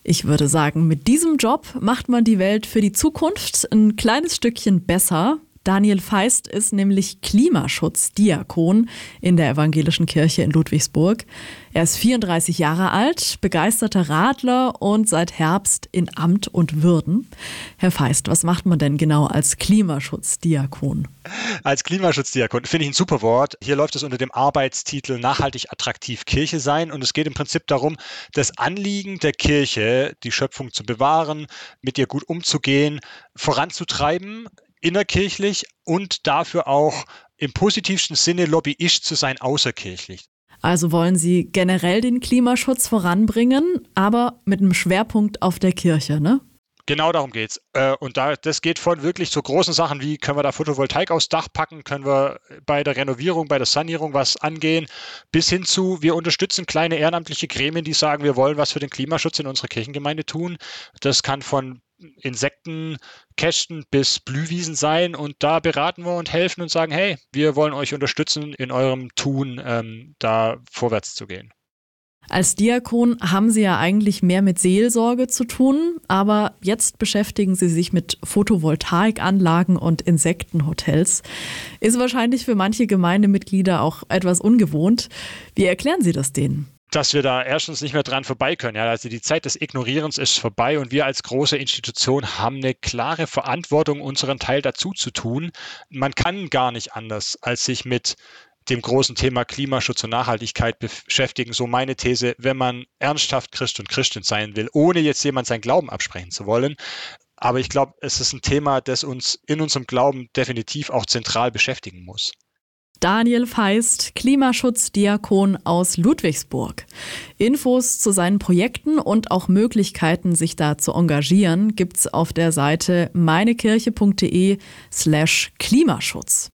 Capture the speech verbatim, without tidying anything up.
Ich würde sagen, mit diesem Job macht man die Welt für die Zukunft ein kleines Stückchen besser. Daniel Feist ist nämlich Klimaschutzdiakon in der Evangelischen Kirche in Ludwigsburg. Er ist vierunddreißig Jahre alt, begeisterter Radler und seit Herbst in Amt und Würden. Herr Feist, was macht man denn genau als Klimaschutzdiakon? Als Klimaschutzdiakon finde ich ein super Wort. Hier läuft es unter dem Arbeitstitel Nachhaltig attraktiv Kirche sein und es geht im Prinzip darum, das Anliegen der Kirche, die Schöpfung zu bewahren, mit ihr gut umzugehen, voranzutreiben, innerkirchlich und dafür auch im positivsten Sinne Lobbyist zu sein, außerkirchlich. Also wollen Sie generell den Klimaschutz voranbringen, aber mit einem Schwerpunkt auf der Kirche, ne? Genau darum geht's. Und da, das geht von wirklich so großen Sachen wie, können wir da Photovoltaik aufs Dach packen, können wir bei der Renovierung, bei der Sanierung was angehen, bis hin zu, wir unterstützen kleine ehrenamtliche Gremien, die sagen, wir wollen was für den Klimaschutz in unserer Kirchengemeinde tun. Das kann von Insektenkästen bis Blühwiesen sein und da beraten wir und helfen und sagen, hey, wir wollen euch unterstützen in eurem Tun, ähm, da vorwärts zu gehen. Als Diakon haben Sie ja eigentlich mehr mit Seelsorge zu tun, aber jetzt beschäftigen Sie sich mit Photovoltaikanlagen und Insektenhotels. Ist wahrscheinlich für manche Gemeindemitglieder auch etwas ungewohnt. Wie erklären Sie das denen? Dass wir da erstens nicht mehr dran vorbei können. Ja, also die Zeit des Ignorierens ist vorbei und wir als große Institution haben eine klare Verantwortung, unseren Teil dazu zu tun. Man kann gar nicht anders, als sich mit dem großen Thema Klimaschutz und Nachhaltigkeit beschäftigen. So meine These, wenn man ernsthaft Christ und Christin sein will, ohne jetzt jemand seinen Glauben absprechen zu wollen. Aber ich glaube, es ist ein Thema, das uns in unserem Glauben definitiv auch zentral beschäftigen muss. Daniel Feist, Klimaschutzdiakon aus Ludwigsburg. Infos zu seinen Projekten und auch Möglichkeiten, sich da zu engagieren, gibt's auf der Seite meinekirche punkt de slash Klimaschutz.